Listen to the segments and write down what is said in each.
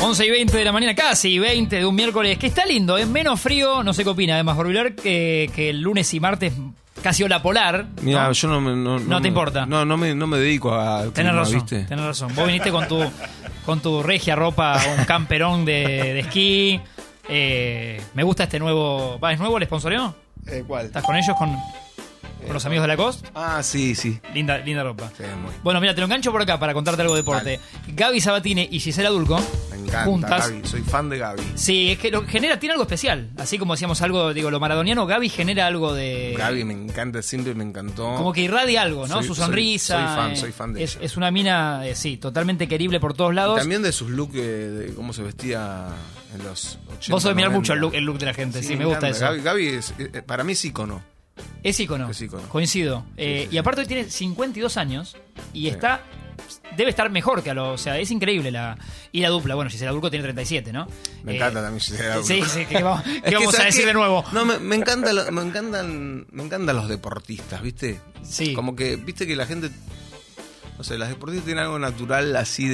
11:20 de la mañana, casi 20 de un miércoles, que está lindo, es menos frío, no sé qué opina, además, Orbilar, que el lunes y martes casi ola polar. Mira, ¿no? yo no te importa. No me dedico a... Tenés razón, tenés razón. Vos viniste con tu regia ropa, un camperón de esquí. Me gusta este nuevo... ¿Es nuevo el sponsoreo? ¿Cuál? ¿Estás con ellos, con los amigos de Lacoste? Ah, sí. Linda ropa. Sí, muy. Bueno, mira, te lo engancho por acá para contarte algo de deporte. Dale. Gaby Sabatini y Gisela Dulco. Me encanta, juntas. Gaby. Soy fan de Gaby. Sí, es que tiene algo especial. Así como decíamos algo, lo maradoniano, Gaby genera algo de... Gaby me encanta, siempre me encantó. Como que irradia algo, ¿no? Su sonrisa. Soy fan de ella. Es una mina, sí, totalmente querible por todos lados. Y también de sus looks, de cómo se vestía en los 80. Vos sabés mirar 90. mucho el look de la gente, sí, me gusta encanta. eso. Gaby es, para mí es ícono. Es ícono. Coincido. Sí. Y aparte tiene 52 años y Sí. debe estar mejor que o sea, es increíble y la dupla. Bueno, Gisela Dulco tiene 37, ¿no? Me encanta también Gisela Dulco. Sí, ¿qué vamos a decir de nuevo? No, me encantan los deportistas, ¿viste? Sí. Como que, viste que la gente, no sé, las deportistas tienen algo natural así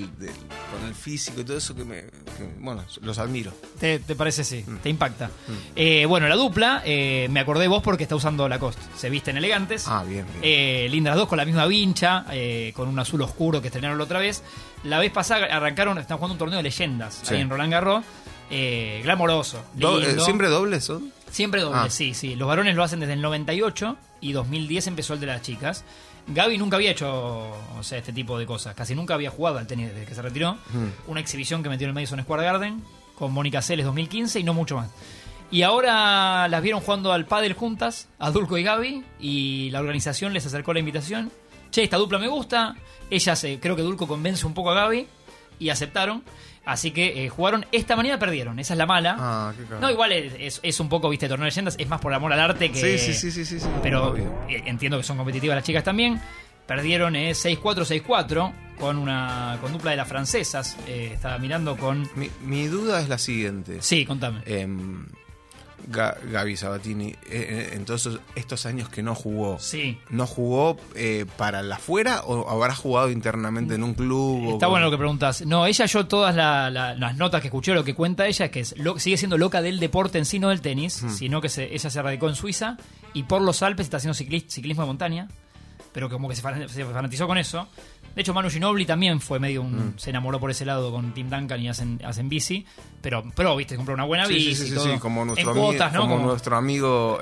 con el físico y todo eso que bueno, los admiro. ¿Te parece? Sí, te impacta. Bueno, la dupla, me acordé vos porque está usando Lacoste. Se visten elegantes. Ah, bien. Lindas las dos, con la misma vincha, con un azul oscuro que estrenaron la otra vez. La vez pasada están jugando un torneo de leyendas ahí en Roland Garros. Glamoroso. ¿Siempre dobles son? Siempre dobles, sí. Los varones lo hacen desde el 98 y 2010 empezó el de las chicas. Gaby nunca había hecho este tipo de cosas. Casi nunca había jugado al tenis desde que se retiró. Una exhibición que metió en el Madison Square Garden con Mónica Seles 2015 y no mucho más. Y ahora las vieron jugando al pádel juntas, a Dulco y Gaby, y la organización les acercó la invitación. Che, esta dupla me gusta. Creo que Dulco convence un poco a Gaby y aceptaron. Así que jugaron esta mañana, perdieron. Esa es la mala. Ah, qué cagada. No, igual es un poco, viste, torneo de leyendas. Es más por amor al arte que... Sí. Pero entiendo que son competitivas las chicas también. Perdieron 6-4, 6-4 con dupla de las francesas. Estaba mirando con... Mi duda es la siguiente. Sí, contame. Gaby Sabatini, en todos estos años que no jugó, Sí. ¿no jugó para la afuera o habrá jugado internamente en un club? Está bueno lo que preguntas. No, yo todas las notas que escuché, lo que cuenta ella es que sigue siendo loca del deporte en sí, no del tenis, sino que ella se radicó en Suiza y por los Alpes está haciendo ciclismo de montaña, pero como que se fanatizó con eso. De hecho, Manu Ginóbili también fue medio se enamoró por ese lado con Tim Duncan y hacen bici, pero viste, compró una buena bici. Sí, como nuestro en cuotas, amigo, ¿no? como nuestro amigo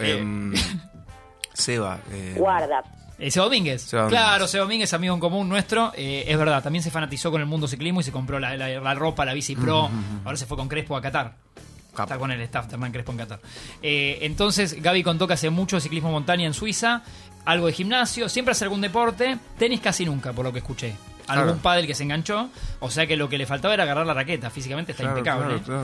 Seba. Guarda. Seba Domínguez. Claro, Seba Domínguez, amigo en común nuestro. Es verdad, también se fanatizó con el mundo ciclismo y se compró la ropa, la bici pro. Ahora se fue con Crespo a Qatar. Está con el staff, Hernán Crespo en Qatar. Entonces, Gaby contó que hace mucho ciclismo montaña en Suiza, algo de gimnasio, siempre hace algún deporte, tenis casi nunca, por lo que escuché. Algún pádel que se enganchó, o sea que lo que le faltaba era agarrar la raqueta, físicamente está impecable. Claro.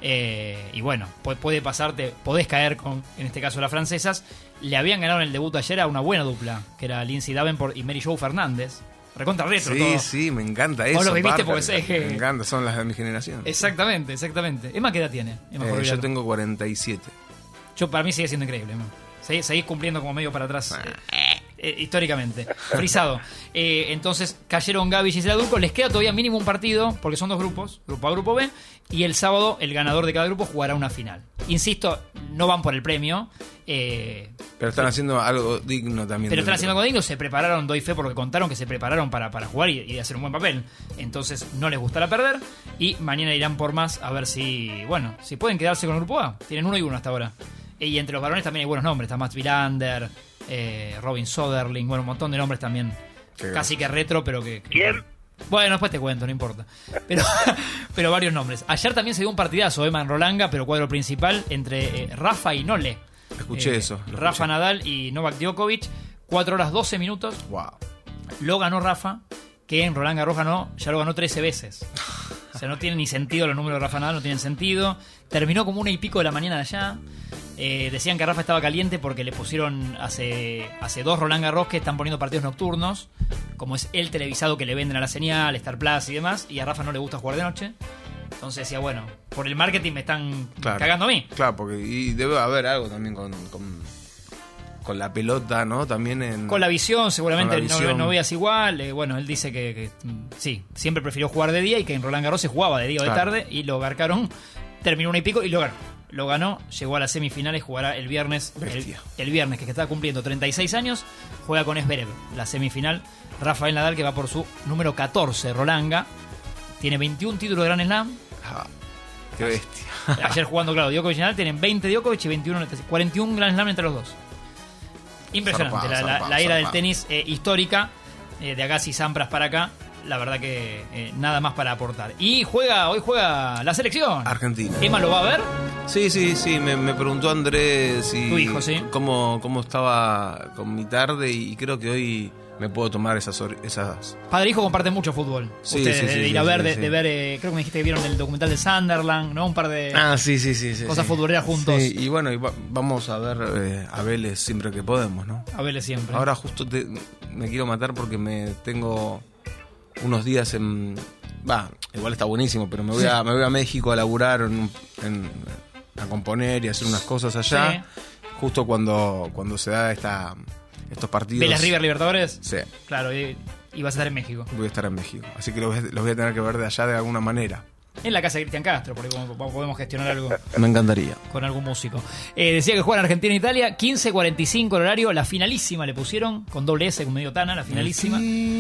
Y bueno, puede pasarte, podés caer con, en este caso, las francesas. Le habían ganado en el debut ayer a una buena dupla, que era Lindsay Davenport y Mary Jo Fernández. Recontra retro todo. Sí, me encanta eso. Vos lo viviste porque sé que... Me encanta, son las de mi generación. Exactamente. Emma, ¿qué edad tiene? Yo tengo 47. Para mí sigue siendo increíble, Emma. Seguís cumpliendo como medio para atrás. Históricamente. Frisado. Entonces cayeron Gaby y Gisela Dulco. Les queda todavía mínimo un partido, porque son dos grupos, grupo A, grupo B. Y el sábado el ganador de cada grupo jugará una final. Insisto, no van por el premio. Pero están haciendo algo digno también. Pero están haciendo algo digno. Se prepararon, doy fe por lo que contaron, que se prepararon para jugar y hacer un buen papel. Entonces no les gustará perder. Y mañana irán por más a ver si pueden quedarse con el grupo A. Tienen 1-1 hasta ahora. Y entre los varones también hay buenos nombres. Está Mats Wilander, Robin Soderling, bueno, un montón de nombres también. Casi que retro, pero que... ¿Quién? Bueno, después te cuento, no importa. Pero varios nombres. Ayer también se dio un partidazo, Emma, en Rolanga, pero cuadro principal entre Rafa y Nole. Escuché eso. Rafa Nadal y Novak Djokovic. 4 horas 12 minutos. Wow. Lo ganó Rafa, que en Roland Garros ya lo ganó 13 veces. O sea, no tiene ni sentido los números de Rafa Nadal, no tienen sentido. Terminó como 1:00 de la mañana de allá. Decían que Rafa estaba caliente porque le pusieron hace 2 Roland Garros que están poniendo partidos nocturnos, como es el televisado que le venden a la señal, Star Plus y demás, y a Rafa no le gusta jugar de noche. Entonces decía, bueno, por el marketing me están cagando a mí. Claro, porque debe haber algo también con con la pelota, ¿no? También con la visión, seguramente con la visión. No veas igual. Bueno, él dice que sí, siempre prefirió jugar de día y que en Roland Garros se jugaba de día o de tarde y lo garcaron, terminó 1 y pico y lo ganó. Lo ganó, llegó a las semifinales, jugará el viernes. El viernes, que está cumpliendo 36 años, juega con Zverev, la semifinal. Rafael Nadal, que va por su número 14, Rolanga. Tiene 21 títulos de Grand Slam. Qué bestia. Ayer jugando, claro, Djokovic y Nadal tienen 20 Djokovic y 41 Grand Slam entre los dos. Impresionante, Zarpado, la era del tenis histórica, de Agassi y Sampras para acá. La verdad que nada más para aportar. Y hoy juega la selección Argentina. ¿Emma lo va a ver? Sí, me preguntó Andrés Tu hijo, sí. cómo estaba con mi tarde y creo que hoy me puedo tomar esas. Padre e hijo comparten mucho fútbol. Sí, ustedes sí, de ir a ver, de ver, creo que me dijiste que vieron el documental de Sunderland, ¿no? Un par de cosas futboleras juntos. Sí, y bueno, vamos a ver a Vélez siempre que podemos, ¿no? A Vélez siempre. Ahora justo me quiero matar porque tengo unos días igual está buenísimo, pero me voy a México a laburar a componer y hacer unas cosas allá. Sí. Justo cuando se da estos partidos. ¿Vélez River Libertadores? Sí. Claro, y vas a estar en México. Voy a estar en México. Así que los voy a tener que ver de allá de alguna manera. En la casa de Cristian Castro, porque podemos gestionar algo. Me encantaría. Con algún músico. Decía que juegan Argentina e Italia, 15:45 el horario, la finalísima le pusieron, con doble S, con medio Tana, la finalísima.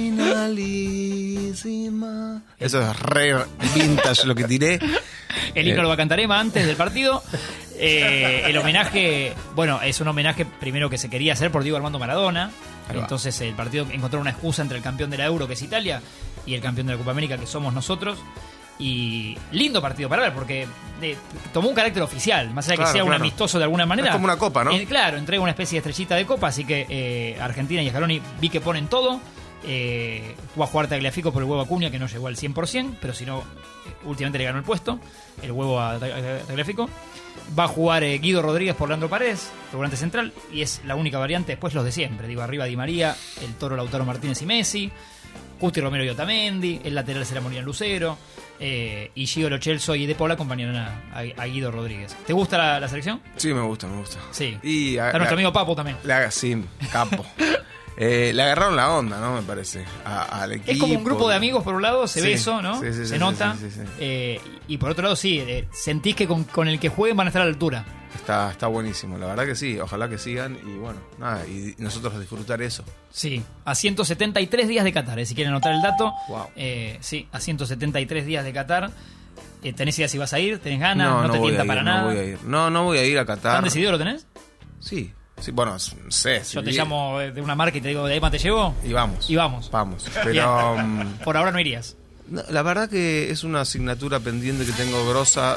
Finalísima. Eso es re vintage lo que tiré. El himno lo va a cantar Emma antes del partido. El homenaje, bueno, es un homenaje primero que se quería hacer por Diego Armando Maradona. Entonces el partido encontró una excusa entre el campeón de la Euro, que es Italia, y el campeón de la Copa América, que somos nosotros. Y lindo partido para ver, porque tomó un carácter oficial, más allá de que sea un amistoso de alguna manera. Es como una copa, ¿no? Claro, entrega una especie de estrellita de copa, así que Argentina y Scaloni vi que ponen todo. Va a jugar Tagliafico por el huevo Acuña, que no llegó al 100%, pero si no, últimamente le ganó el puesto, el huevo a Tagliafico. Va a jugar Guido Rodríguez por Leandro Paredes, el volante central, y es la única variante después los de siempre. Digo, arriba Di María, el Toro Lautaro Martínez y Messi, Cuti Romero y Otamendi, el lateral será Morian Lucero, y Gio Lo Celso y De Paula acompañarán a Guido Rodríguez. ¿Te gusta la selección? Sí, me gusta. Sí. Y está nuestro amigo Papo también. Sí, capo. Le agarraron la onda, ¿no? Me parece, al equipo. Es como un grupo de amigos, por un lado, ve eso, ¿no? Sí, se nota. Sí. Y por otro lado, sentís que con el que jueguen van a estar a la altura. Está buenísimo, la verdad que sí. Ojalá que sigan y bueno, nada, y nosotros disfrutar eso. Sí, a 173 días de Qatar, si quieren anotar el dato. Wow. Sí, a 173 días de Qatar. ¿Tenés idea si vas a ir? ¿Tenés ganas? ¿No te tienta para nada? No voy a ir. No voy a ir a Qatar. ¿Tan decidido lo tenés? Sí, bueno, sé. Yo te llamo de una marca y te digo, ¿de Emma te llevo? Y vamos. Vamos. Pero por ahora no irías. No, la verdad que es una asignatura pendiente que tengo grosa.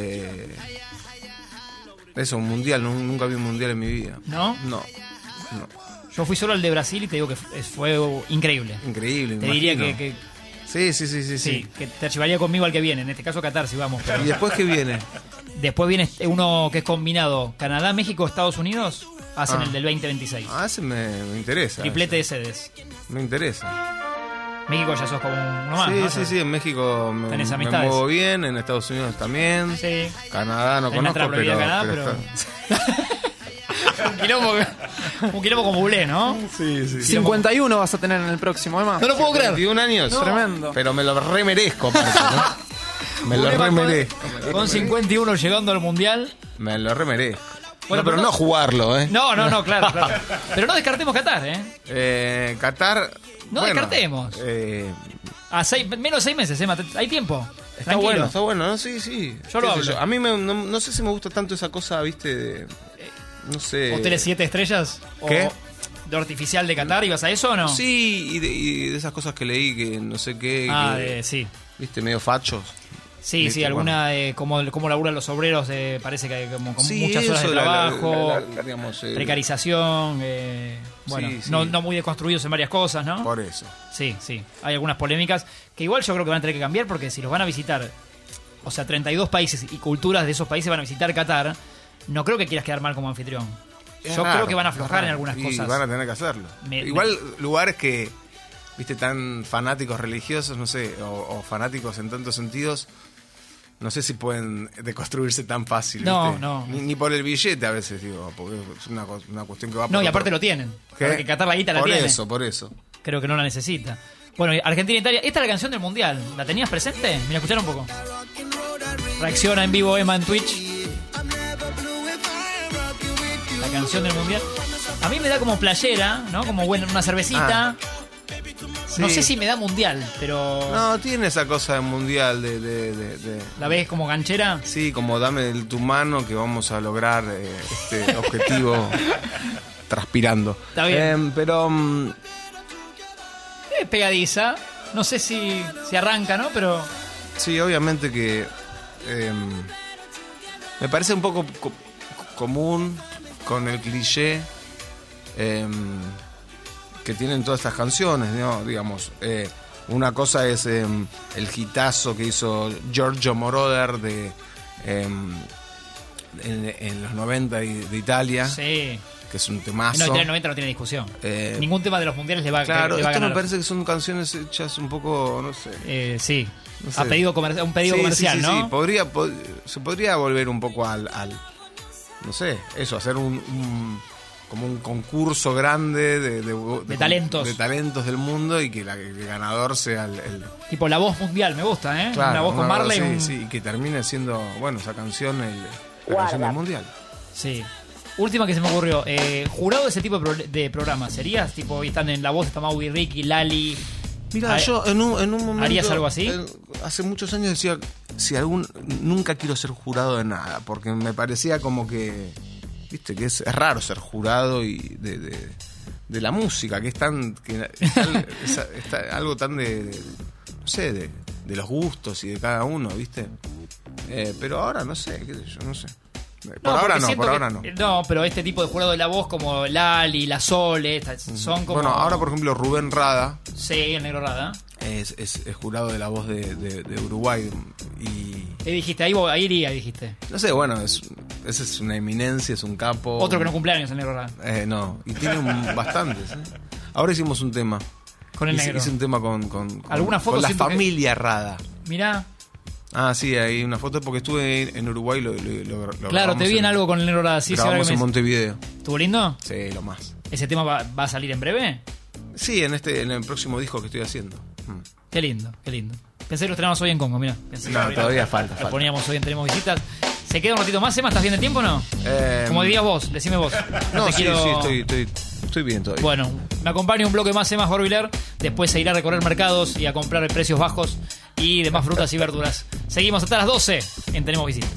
Eso, un mundial. Nunca vi un mundial en mi vida. ¿No? No. Yo fui solo al de Brasil y te digo que fue increíble. Increíble, te diría que Sí, que te llevaría conmigo al que viene. En este caso Qatar, si vamos. Pero... ¿Y después qué viene? Después viene uno que es combinado Canadá, México, Estados Unidos. Hacen el del 2026. Ese me interesa. Triplete de sedes. Me interesa. México ya sos como uno más, ¿no? Sí, en México me muevo bien, en Estados Unidos también. Sí. Canadá no conozco, pero Canadá, pero... un quilombo como Bulé, ¿no? Sí. 51 vas a tener en el próximo, Emma. No lo puedo creer. 21 años. No. Tremendo. Pero me lo remerezco, aparte, ¿no? Me lo remerezco. Con 51 llegando al Mundial. Me lo remerezco. Bueno, pero no jugarlo, ¿eh? No, claro. Pero no descartemos Qatar, ¿eh? Qatar... No descartemos. Menos de 6 meses, Emma. Hay tiempo. Está bueno, ¿no? Sí. Yo lo hablo. A mí no sé si me gusta tanto esa cosa, ¿viste? No sé. ¿Hoteles 7 estrellas? ¿Qué? ¿De artificial de Qatar? ¿Ibas a eso o no? Sí, y de esas cosas que leí que no sé qué. Sí. ¿Viste? Medio fachos. Sí, alguna como laburan los obreros, parece que hay como muchas horas de trabajo, digamos, precarización, no muy deconstruidos en varias cosas, ¿no? Por eso. Sí, hay algunas polémicas que igual yo creo que van a tener que cambiar porque si los van a visitar, o sea, 32 países y culturas de esos países van a visitar Qatar, no creo que quieras quedar mal como anfitrión. Creo que van a aflojar en algunas cosas. Y van a tener que hacerlo. Igual lugares que, viste, tan fanáticos religiosos, no sé, o fanáticos en tantos sentidos... no sé si pueden deconstruirse tan fácil. No, ¿viste? no. Ni por el billete a veces, digo, porque es una cuestión que va por No, y aparte otro- lo tienen. ¿Qué? Para que Qatar la guita la por tiene. Por eso. Creo que no la necesita. Bueno, Argentina, Italia. Esta es la canción del Mundial. ¿La tenías presente? Mira, escuchar un poco. Reacciona en vivo Emma en Twitch. La canción del Mundial. A mí me da como playera, ¿no? Como una cervecita. No Sí. sé si me da Mundial, pero... No, tiene esa cosa de mundial ¿La ves como ganchera? Sí, como dame tu mano que vamos a lograr este objetivo transpirando. Está bien. Pero Es pegadiza. No sé si arranca, ¿no? Pero... sí, obviamente que me parece un poco común con el cliché que tienen todas estas canciones, ¿no? Digamos, una cosa es el hitazo que hizo Giorgio Moroder en los 90 de Italia, Sí. que es un temazo. No, el 90 no tiene discusión. Eh, Ningún tema de los mundiales le va, Claro, le va a esto ganar. me parece que son canciones hechas un poco, no sé. Sí. No sé. A pedido un pedido Sí, comercial, sí, sí, ¿no? sí. Se podría volver un poco al no sé, eso, hacer como un concurso grande De talentos. de talentos del mundo y que el ganador sea el Tipo la voz mundial, me gusta, ¿eh? claro, una voz con Marley. sí, y que termine siendo, bueno, esa canción la canción del mundial. Sí. Última que se me ocurrió. Jurado de ese tipo de programas. ¿Serías? Tipo, hoy están en La Voz, está Maui, Ricky, Lali. Mira, yo en un momento ¿Harías algo así? Hace muchos años decía nunca quiero ser jurado de nada, porque me parecía como que viste que es raro ser jurado y de la música, que es tan está algo tan no sé, de los gustos y de cada uno, ¿viste? Pero ahora no sé, qué sé yo, no sé. Por ahora no. No, pero este tipo de jurado de La Voz como Lali, La Sole, son como... Bueno, ahora por ejemplo Rubén Rada Sí, el Negro Rada. es jurado de La Voz de Uruguay y Y dijiste, ahí iría, dijiste. no sé, bueno, ese es una eminencia, es un capo. Otro que no cumpleaños, el Negro Rada. No, y tiene bastantes. Ahora hicimos un tema. Con el negro. Hice un tema con ¿Alguna foto con la siento que- familia Rada. Mirá. Ah, sí, hay una foto porque estuve en Uruguay. Lo Claro, grabamos te vi en algo con el Negro Rada. Sí, sí, ahora grabamos que en me... Montevideo. ¿Estuvo lindo? Sí, lo más. ¿Ese tema va a salir en breve? Sí, en el próximo disco que estoy haciendo. Qué lindo, qué lindo. Pensé que los teníamos hoy en Congo, mira. No, todavía falta. Lo poníamos hoy en Tenemos Visitas. ¿Se queda un ratito más, Emma? ¿Estás bien de tiempo o no? Como dirías vos, decime vos. No, te sí, quiero- sí, estoy bien todavía. Bueno, me acompaña un bloque más Emma Jorviler. Después se irá a recorrer mercados y a comprar precios bajos y demás frutas y verduras. Seguimos hasta las 12 en Tenemos Visitas.